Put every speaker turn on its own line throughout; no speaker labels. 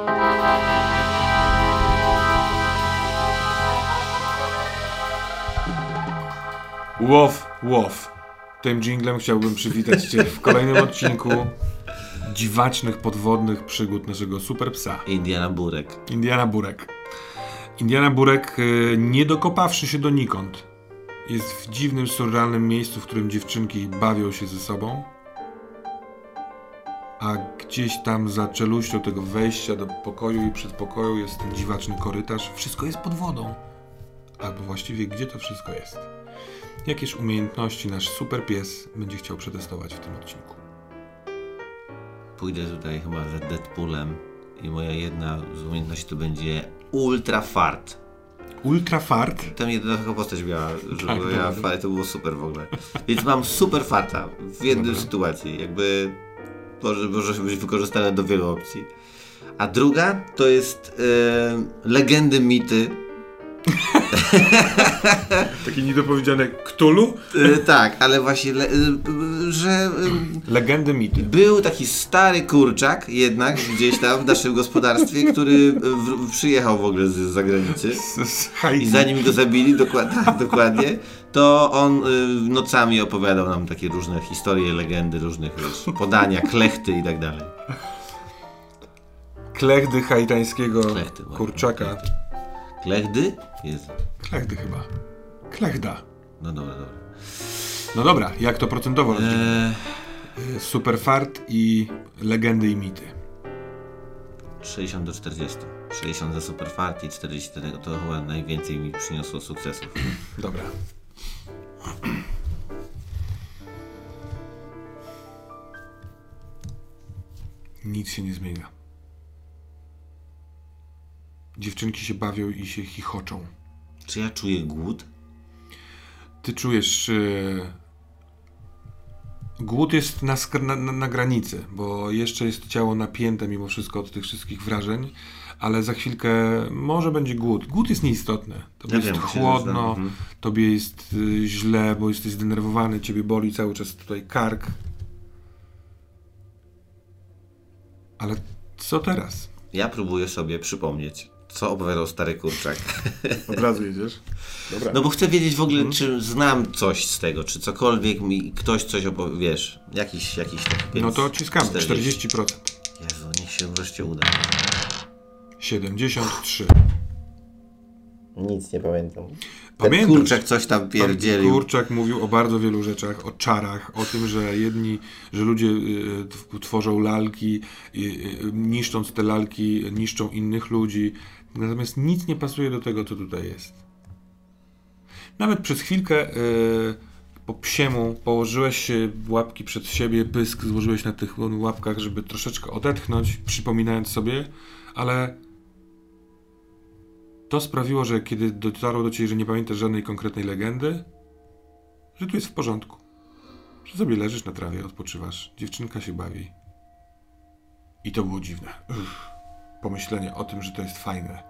Łow. Tym dżinglem chciałbym przywitać Cię w kolejnym odcinku dziwacznych, podwodnych przygód naszego super psa.
Indiana Burek.
Indiana Burek, nie dokopawszy się donikąd, jest w dziwnym, surrealnym miejscu, w którym dziewczynki bawią się ze sobą, a gdzieś tam za czeluścią tego wejścia do pokoju i przedpokoju jest ten dziwaczny korytarz. Wszystko jest pod wodą. Albo właściwie gdzie to wszystko jest? Jakież umiejętności nasz super pies będzie chciał przetestować w tym odcinku?
Pójdę tutaj chyba za Deadpoolem i moja jedna z umiejętności to będzie ultra fart.
Ultra fart?
Tam jedna taka postać miała, że
tak,
moja fart, to było super w ogóle. Więc mam super farta w jednej sytuacji. Jakby może być wykorzystane do wielu opcji. A druga to jest legendy, mity.
Takie niedopowiedziane Cthulhu?
Tak, ale właśnie, że...
legendy, mity.
Był taki stary kurczak jednak gdzieś tam w naszym gospodarstwie, który przyjechał w ogóle z zagranicy. I zanim go zabili, dokładnie, to on nocami opowiadał nam takie różne historie, legendy, różnych podania, klechty i tak dalej.
Klechdy haitańskiego kurczaka.
Klechdy? Jezu.
Klechdy chyba. Klechda.
No dobra.
No dobra, jak to procentowo? Super fart i legendy i mity.
60 do 40. 60 za super fart i 40 do tego. To chyba najwięcej mi przyniosło sukcesów.
Dobra. Nic się nie zmienia. Dziewczynki się bawią i się chichoczą.
Czy ja czuję głód?
Ty czujesz... Głód jest na granicy, bo jeszcze jest ciało napięte mimo wszystko od tych wszystkich wrażeń, ale za chwilkę może będzie głód. Głód jest nieistotny. Tobie jest chłodno, tobie jest źle, bo jesteś zdenerwowany, ciebie boli cały czas tutaj kark. Ale co teraz?
Ja próbuję sobie przypomnieć, co opowiadał stary kurczak.
Od razu jedziesz? Dobra.
No bo chcę wiedzieć w ogóle, czy znam coś z tego, czy cokolwiek mi ktoś coś opowie, wiesz, jakiś taki.
No to ciskamy, 40%.
Jezu, niech się wreszcie uda.
73.
Nic nie pamiętam.
Pamiętasz?
Ten kurczak coś tam pierdzielił.
Kurczak mówił o bardzo wielu rzeczach, o czarach, o tym, że ludzie tworzą lalki, niszcząc te lalki, niszczą innych ludzi. Natomiast nic nie pasuje do tego, co tutaj jest. Nawet przez chwilkę po psiemu położyłeś się łapki przed siebie, pysk złożyłeś na tych łapkach, żeby troszeczkę odetchnąć, przypominając sobie, ale to sprawiło, że kiedy dotarło do ciebie, że nie pamiętasz żadnej konkretnej legendy, że tu jest w porządku. Że sobie leżysz na trawie, odpoczywasz, dziewczynka się bawi. I to było dziwne. Pomyślenie o tym, że to jest fajne.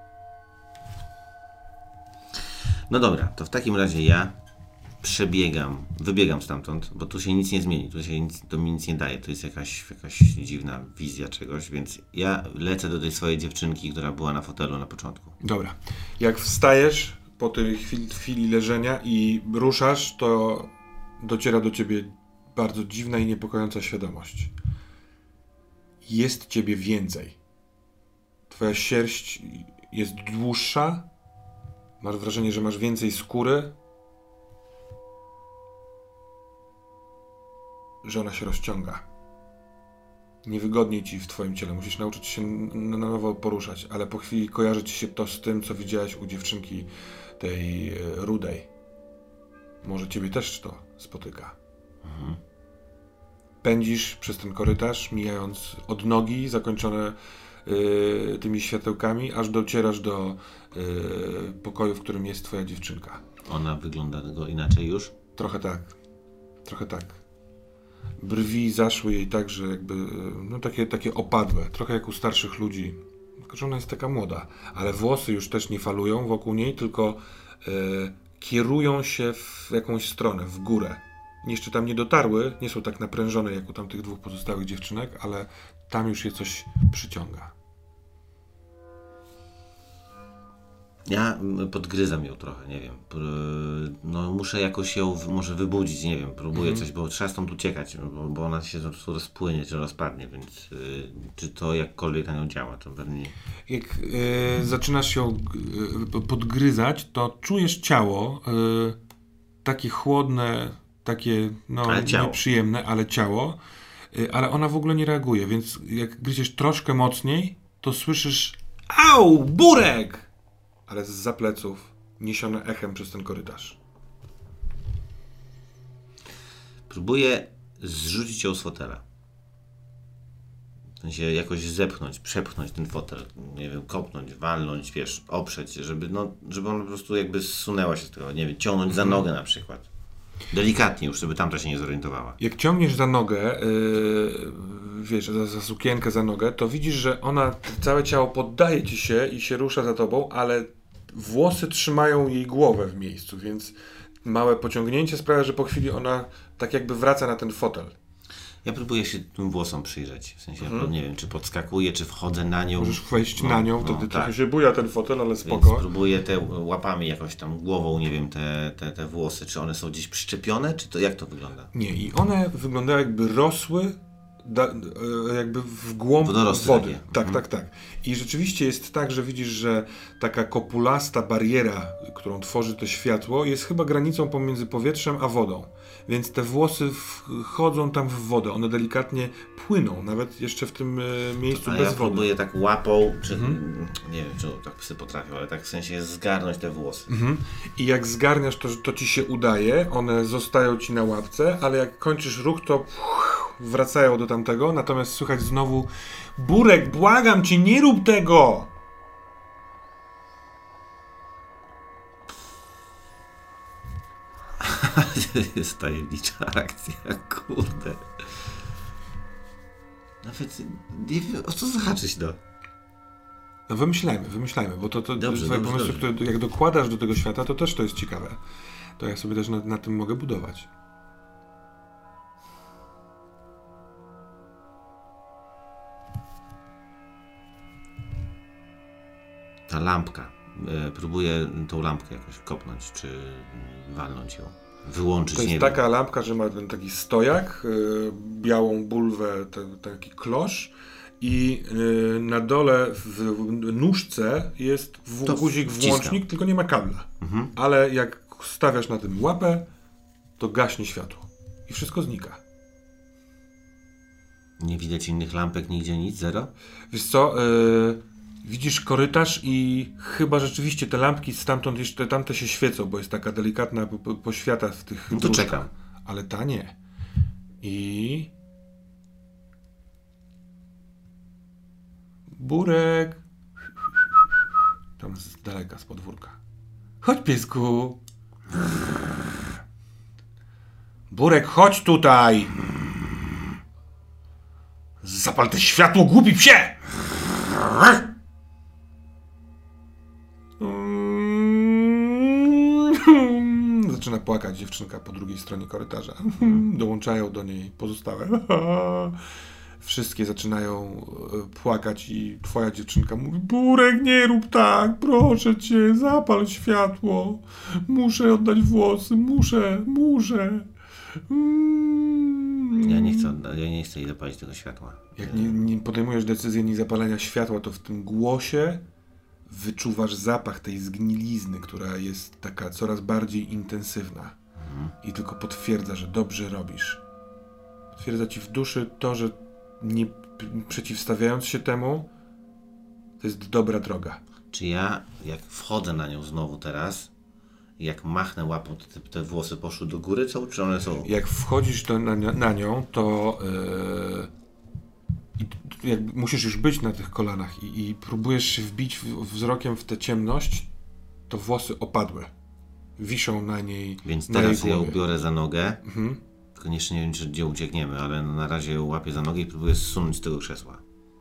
No dobra, to w takim razie ja wybiegam stamtąd, bo tu się nic nie zmieni, to mi nic nie daje, to jest jakaś dziwna wizja czegoś, więc ja lecę do tej swojej dziewczynki, która była na fotelu na początku.
Dobra, jak wstajesz po tej chwili leżenia i ruszasz, to dociera do ciebie bardzo dziwna i niepokojąca świadomość. Jest ciebie więcej. Twoja sierść jest dłuższa, masz wrażenie, że masz więcej skóry, że ona się rozciąga. Niewygodniej ci w twoim ciele, musisz nauczyć się na nowo poruszać, ale po chwili kojarzy ci się to z tym, co widziałeś u dziewczynki tej rudej. Może ciebie też to spotyka. Mhm. Pędzisz przez ten korytarz, mijając odnogi zakończone tymi światełkami, aż docierasz do pokoju, w którym jest twoja dziewczynka.
Ona wygląda inaczej już?
Trochę tak. Brwi zaszły jej tak, że jakby, no takie opadłe, trochę jak u starszych ludzi. Tylko że ona jest taka młoda, ale włosy już też nie falują wokół niej, tylko kierują się w jakąś stronę, w górę. Jeszcze tam nie dotarły, nie są tak naprężone jak u tamtych dwóch pozostałych dziewczynek, ale tam już je coś przyciąga.
Ja podgryzam ją trochę, nie wiem. No muszę jakoś ją może wybudzić, nie wiem. Próbuję coś, bo trzeba stąd uciekać, bo ona się po prostu rozpłynie czy rozpadnie, więc czy to jakkolwiek na nią działa, to pewnie nie.
Jak zaczynasz ją podgryzać, to czujesz ciało, takie chłodne, takie nieprzyjemne, ale ciało, ale ona w ogóle nie reaguje, więc jak gryziesz troszkę mocniej, to słyszysz au, Burek! Ale zza pleców, niesione echem przez ten korytarz.
Próbuję zrzucić ją z fotela. W sensie jakoś zepchnąć, przepchnąć ten fotel, nie wiem, kopnąć, walnąć, wiesz, oprzeć, żeby ona po prostu jakby zsunęła się z tego, nie wiem, ciągnąć za nogę na przykład. Delikatnie już, żeby tamta się nie zorientowała.
Jak ciągniesz za nogę, wiesz, za sukienkę za nogę, to widzisz, że ona, całe ciało poddaje ci się i się rusza za tobą, ale włosy trzymają jej głowę w miejscu, więc małe pociągnięcie sprawia, że po chwili ona tak jakby wraca na ten fotel.
Ja próbuję się tym włosom przyjrzeć, w sensie, nie wiem, czy podskakuję, czy wchodzę na nią.
Możesz wejść na nią, wtedy trochę się buja ten fotel, ale spoko.
Więc próbuję te łapami jakoś tam, głową, nie wiem, te włosy, czy one są gdzieś przyczepione, czy to jak to wygląda?
Nie, i one wyglądają jakby rosły jakby w głąb wody. Tak. I rzeczywiście jest tak, że widzisz, że taka kopulasta bariera, którą tworzy to światło, jest chyba granicą pomiędzy powietrzem a wodą. Więc te włosy wchodzą tam w wodę, one delikatnie płyną, nawet jeszcze w tym miejscu bez wody.
Ja próbuję tak łapą, czy nie wiem, czy tak psy potrafią, ale tak w sensie zgarnąć te włosy.
I jak zgarniasz, to ci się udaje, one zostają ci na łapce, ale jak kończysz ruch, to wracają do tamtego, natomiast słychać znowu: Burek, błagam cię, nie rób tego!
To jest tajemnicza akcja, kurde. Nawet nie wiem, o co zahaczyć, no.
No wymyślajmy, bo to
dobrze,
twoje pomysły,
dobrze.
które jak dokładasz do tego świata, to też to jest ciekawe. To ja sobie też na tym mogę budować.
Ta lampka. Próbuję tą lampkę jakoś kopnąć, czy walnąć ją. Wyłączyć,
To jest taka lampka, że ma ten taki stojak, białą bulwę, taki klosz i na dole w nóżce jest guzik włącznik, tylko nie ma kabla. Ale jak stawiasz na tym łapę, to gaśnie światło i wszystko znika.
Nie widać innych lampek, nigdzie nic, zero?
Wiesz co, widzisz korytarz i chyba rzeczywiście te lampki stamtąd jeszcze tamte się świecą, bo jest taka delikatna poświata w tych
No to
dróżkach.
czekam.
Ale ta nie. I... Burek! Tam z daleka, z podwórka. Chodź, piesku! Burek, chodź tutaj! Zapal te światło, głupi psie! Zaczyna płakać dziewczynka po drugiej stronie korytarza. Dołączają do niej pozostałe. Wszystkie zaczynają płakać i twoja dziewczynka mówi: Burek, nie rób tak, proszę cię, zapal światło. Muszę oddać włosy, muszę.
Ja nie chcę jej zapalić tego światła.
Jak nie podejmujesz decyzji nie zapalenia światła, to w tym głosie wyczuwasz zapach tej zgnilizny, która jest taka coraz bardziej intensywna. I tylko potwierdza, że dobrze robisz. Potwierdza ci w duszy to, że nie przeciwstawiając się temu, to jest dobra droga.
Czy ja, jak wchodzę na nią znowu teraz, jak machnę łapą, te włosy poszły do góry, czy one są...
Jak wchodzisz na nią, to musisz już być na tych kolanach i próbujesz się wbić wzrokiem w tę ciemność, to włosy opadły. Wiszą na niej.
Więc teraz ja ją biorę za nogę. Tylko jeszcze nie wiem, gdzie uciekniemy, ale na razie ją łapię za nogę i próbuję zsunąć z tego krzesła.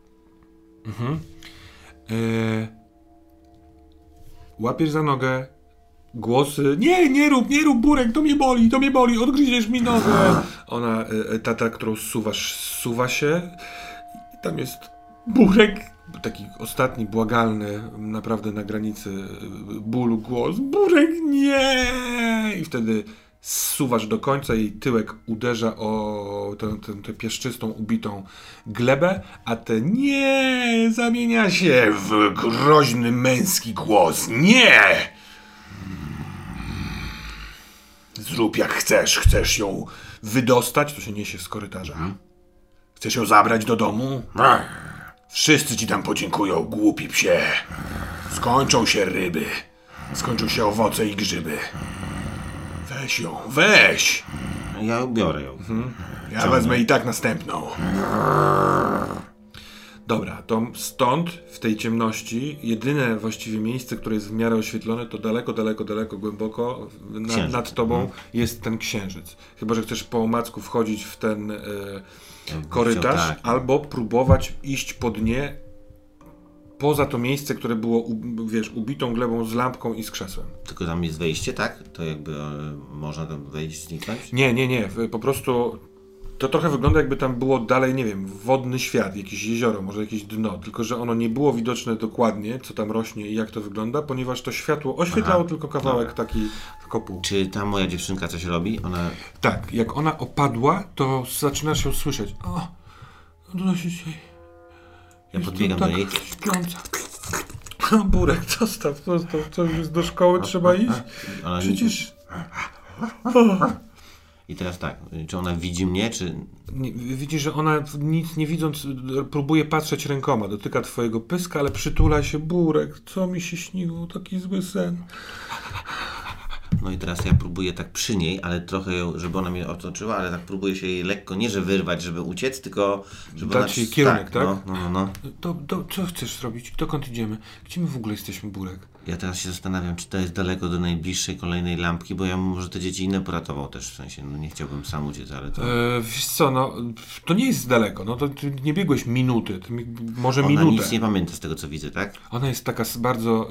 Łapiesz za nogę. Głosy: nie rób, Burek, to mnie boli, odgryziesz mi nogę. Ona, tata, którą zsuwa się i tam jest Burek, taki ostatni, błagalny, naprawdę na granicy bólu głos. Burek, nie! I wtedy zsuwasz do końca, jej tyłek uderza o tę piaszczystą, ubitą glebę, a te nie zamienia się w groźny męski głos. Nie! Zrób jak chcesz. Chcesz ją wydostać? To się niesie z korytarza. Chcesz ją zabrać do domu? Wszyscy ci tam podziękują, głupi psie. Skończą się ryby. Skończą się owoce i grzyby. Weź ją, weź!
Ja biorę ją.
Ja wezmę i tak następną. Dobra, to stąd, w tej ciemności, jedyne właściwie miejsce, które jest w miarę oświetlone, to daleko, głęboko nad tobą jest ten księżyc. Chyba że chcesz po omacku wchodzić w ten korytarz, tak, albo próbować iść po dnie poza to miejsce, które było, ubitą glebą z lampką i z krzesłem.
Tylko tam jest wejście, tak? To jakby można tam wejść, zniknąć?
Nie. Po prostu to trochę wygląda, jakby tam było dalej, nie wiem, wodny świat, jakieś jezioro, może jakieś dno, tylko że ono nie było widoczne dokładnie, co tam rośnie i jak to wygląda, ponieważ to światło oświetlało tylko kawałek taki kopuł.
Czy ta moja dziewczynka coś robi? Ona...
Tak, jak ona opadła, to zaczynasz ją słyszeć. O, to się dzieje.
Ja podbiegam do niej.
Śpiąca. Burek, zostaw. Co już do szkoły trzeba iść? Przecież...
I teraz tak, czy ona widzi mnie, czy...
Widzisz, że ona nic nie widząc próbuje patrzeć rękoma, dotyka twojego pyska, ale przytula się. Burek, co mi się śniło, taki zły sen.
No i teraz ja próbuję tak przy niej, ale trochę ją, żeby ona mnie otoczyła, ale tak próbuję się jej lekko, nie że wyrwać, żeby uciec, tylko żeby
dać jej kierunek, tak?
No.
Co chcesz zrobić? Dokąd idziemy? Gdzie my w ogóle jesteśmy, Burek?
Ja teraz się zastanawiam, czy to jest daleko do najbliższej kolejnej lampki, bo ja może te dzieci inne poratował też, w sensie, no nie chciałbym sam uciec, ale to...
Wiesz co, no, to nie jest daleko, no to ty nie biegłeś minuty, może
ona
minutę.
Ona nic nie pamięta z tego, co widzę, tak?
Ona jest taka bardzo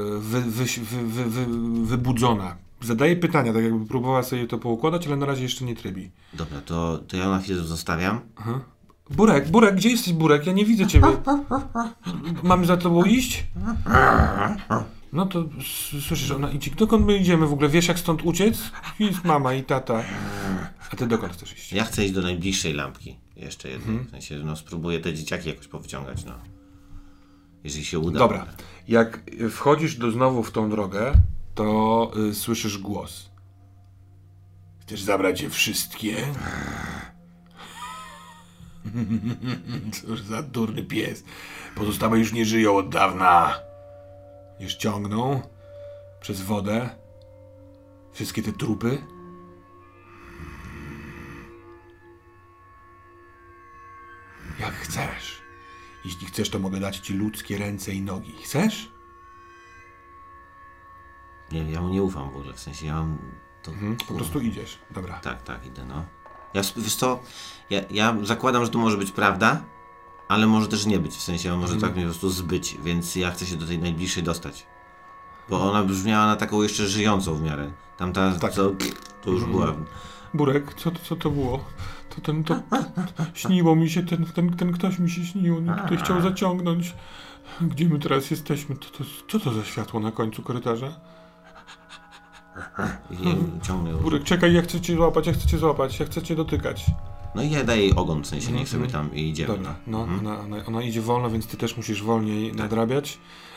wybudzona. Zadaje pytania, tak jakby próbowała sobie to poukładać, ale na razie jeszcze nie trybi.
Dobra, to ja ją na chwilę zostawiam.
Aha. Burek, gdzie jesteś, Burek? Ja nie widzę ciebie. Mamy za tobą iść? No to słyszysz, ona idzie. Dokąd my idziemy w ogóle? Wiesz, jak stąd uciec? Jest mama i tata. A ty dokąd chcesz iść?
Ja chcę iść do najbliższej lampki. Jeszcze jednej. W sensie, no spróbuję te dzieciaki jakoś powyciągać, no. Jeżeli się uda.
Dobra. Jak wchodzisz znowu w tą drogę, to słyszysz głos. Chcesz zabrać je wszystkie? Cóż za durny pies. Pozostałe już nie żyją od dawna. Już ciągną przez wodę wszystkie te trupy. Jak chcesz. Jeśli chcesz, to mogę dać ci ludzkie ręce i nogi. Chcesz?
Nie, ja mu nie ufam w ogóle, w sensie ja mam... To,
po prostu idziesz, dobra.
Tak, idę, no. Wiesz co, ja zakładam, że to może być prawda, ale może też nie być, w sensie on może tak mnie po prostu zbyć, więc ja chcę się do tej najbliższej dostać. Bo ona brzmiała na taką jeszcze żyjącą w miarę. Tamta, tak. To już była...
Burek, co to było? To śniło mi się, ten ktoś mi się śnił, mnie tutaj chciał zaciągnąć. Gdzie my teraz jesteśmy? Co to za światło na końcu korytarza? Burek, czekaj, ja chcę cię złapać, ja chcę cię dotykać.
No i ja daję jej ogon, w sensie niech sobie tam idziemy.
Dobra, ona idzie wolno, więc ty też musisz wolniej nadrabiać.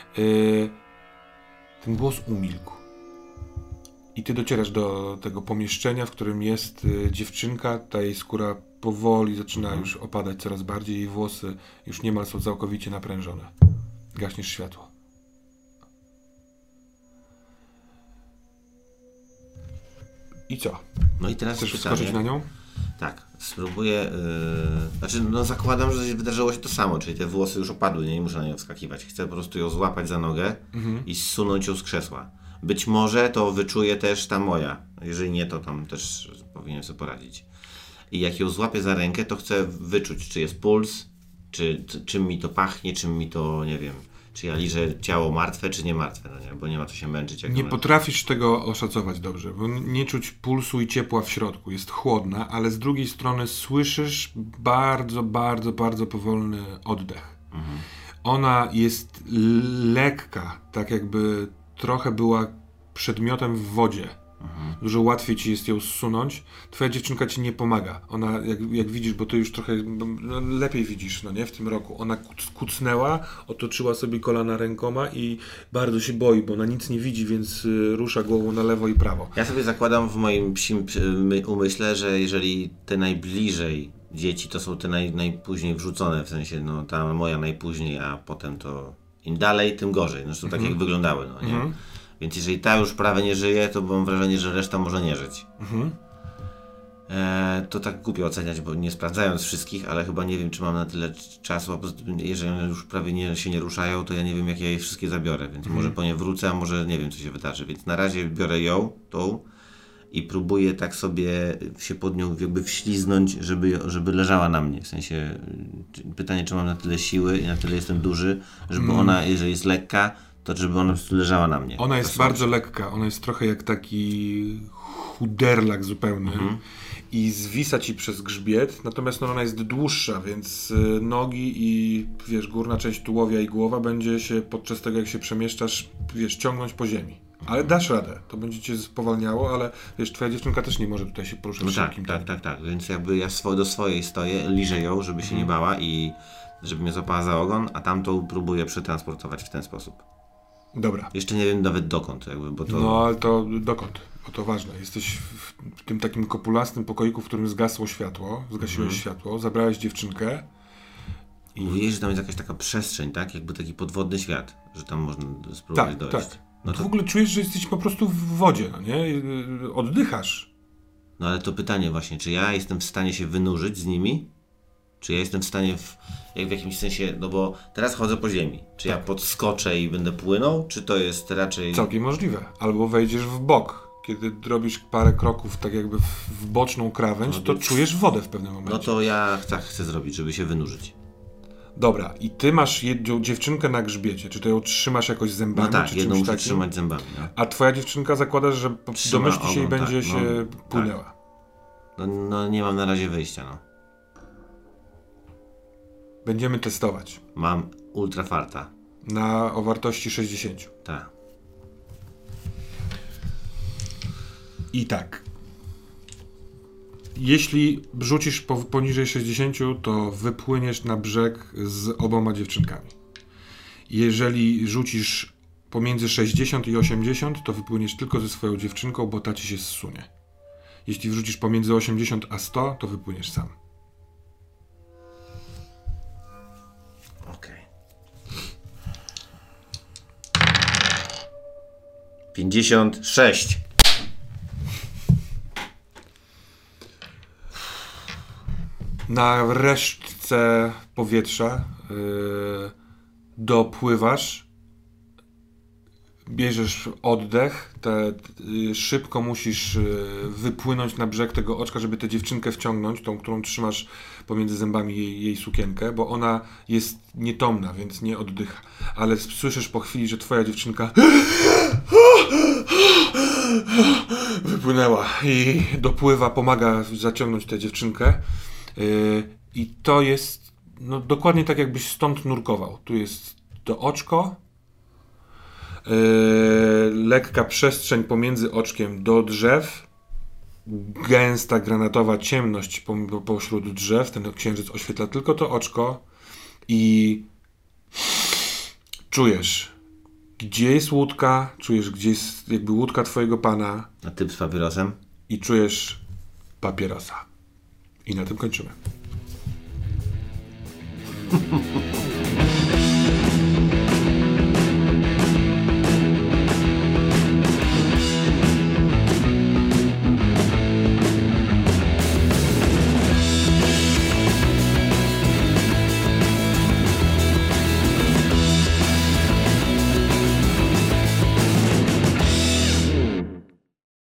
Ten głos umilkł. I ty docierasz do tego pomieszczenia, w którym jest dziewczynka, ta jej skóra powoli zaczyna już opadać coraz bardziej, jej włosy już niemal są całkowicie naprężone. Gaśniesz światło. I co?
No i teraz
chcesz wskoczyć na nią?
Tak, spróbuję, zakładam, że wydarzyło się to samo, czyli te włosy już opadły, nie muszę na nią wskakiwać. Chcę po prostu ją złapać za nogę i zsunąć ją z krzesła. Być może to wyczuje też ta moja, jeżeli nie, to tam też powinien sobie poradzić. I jak ją złapię za rękę, to chcę wyczuć, czy jest puls, czym mi to pachnie, czym mi to, nie wiem, czy ja liżę ciało martwe, czy nie martwe, no nie? Bo nie ma co się męczyć. Jak
nie potrafisz tego oszacować dobrze, bo nie czuć pulsu i ciepła w środku. Jest chłodna, ale z drugiej strony słyszysz bardzo, bardzo, bardzo powolny oddech. Ona jest lekka, tak jakby trochę była przedmiotem w wodzie. Dużo łatwiej ci jest ją zsunąć. Twoja dziewczynka ci nie pomaga. Ona, jak widzisz, bo ty już trochę lepiej widzisz, no nie, w tym roku. Ona kucnęła, otoczyła sobie kolana rękoma i bardzo się boi, bo ona nic nie widzi, więc rusza głową na lewo i prawo.
Ja sobie zakładam w moim psim umyśle, że jeżeli te najbliżej dzieci to są te najpóźniej wrzucone, w sensie no ta moja najpóźniej, a potem to im dalej, tym gorzej. Zresztą tak jak wyglądały, no nie? Więc jeżeli ta już prawie nie żyje, to mam wrażenie, że reszta może nie żyć. To tak głupio oceniać, bo nie sprawdzając wszystkich, ale chyba nie wiem, czy mam na tyle czasu, a jeżeli one już prawie się nie ruszają, to ja nie wiem, jak ja je wszystkie zabiorę, więc może po nie wrócę, a może nie wiem, co się wydarzy. Więc na razie biorę tą i próbuję tak sobie się pod nią jakby wśliznąć, żeby leżała na mnie. W sensie pytanie, czy mam na tyle siły i na tyle jestem duży, żeby ona, jeżeli jest lekka, to żeby ona po prostu leżała na mnie.
Ona jest bardzo lekka, ona jest trochę jak taki chuderlak zupełny i zwisa ci przez grzbiet, natomiast no, ona jest dłuższa, więc nogi i wiesz, górna część tułowia i głowa będzie się podczas tego, jak się przemieszczasz, wiesz, ciągnąć po ziemi. Ale dasz radę, to będzie cię spowalniało, ale wiesz, twoja dziewczynka też nie może tutaj się poruszać
no
szybkim.
Tak, więc jakby ja do swojej stoję, liżę ją, żeby się nie bała i żeby mnie złapała za ogon, a tamtą próbuję przetransportować w ten sposób.
Dobra.
Jeszcze nie wiem nawet dokąd, jakby, bo to...
No, ale to dokąd? Bo to ważne. Jesteś w tym takim kopulastym pokoiku, w którym zgasiłeś światło, zabrałeś dziewczynkę
i... Mówiłeś, że tam jest jakaś taka przestrzeń, tak? Jakby taki podwodny świat, że tam można spróbować dojść.
Tak.
No
to w ogóle czujesz, że jesteś po prostu w wodzie, no nie? Oddychasz.
No ale to pytanie właśnie, czy ja jestem w stanie się wynurzyć z nimi? Czy ja jestem w stanie jak w jakimś sensie, no bo teraz chodzę po ziemi. Czy ja podskoczę i będę płynął, czy to jest raczej...
Całkiem możliwe. Albo wejdziesz w bok. Kiedy robisz parę kroków tak jakby w boczną krawędź, to czujesz wodę w pewnym momencie.
No to ja chcę zrobić, żeby się wynurzyć.
Dobra, i ty masz jedną dziewczynkę na grzbiecie. Czy ty ją trzymasz jakoś zębami?
No tak,
czy
jedną muszę
takim?
trzymać zębami. No.
A twoja dziewczynka zakładasz, że domyśli się i będzie się płynęła.
Tak. No nie mam na razie wyjścia, no.
Będziemy testować.
Mam ultra farta.
O wartości 60.
Tak.
I tak. Jeśli rzucisz poniżej 60, to wypłyniesz na brzeg z oboma dziewczynkami. Jeżeli rzucisz pomiędzy 60 i 80, to wypłyniesz tylko ze swoją dziewczynką, bo ta ci się zsunie. Jeśli wrzucisz pomiędzy 80 a 100, to wypłyniesz sam.
Okej. 56.
Na resztce powietrza dopływasz, bierzesz oddech, szybko musisz wypłynąć na brzeg tego oczka, żeby tę dziewczynkę wciągnąć, tą, którą trzymasz pomiędzy zębami jej sukienkę, bo ona jest nietomna, więc nie oddycha. Ale słyszysz po chwili, że twoja dziewczynka wypłynęła i dopływa, pomaga zaciągnąć tę dziewczynkę. I to jest no, dokładnie tak, jakbyś stąd nurkował. Tu jest to oczko, lekka przestrzeń pomiędzy oczkiem do drzew, gęsta granatowa ciemność pośród drzew, ten księżyc oświetla tylko to oczko i czujesz, gdzie jest łódka, czujesz, gdzie jest jakby łódka twojego pana.
A typ z papierosem?
I czujesz papierosa. I na tym kończymy.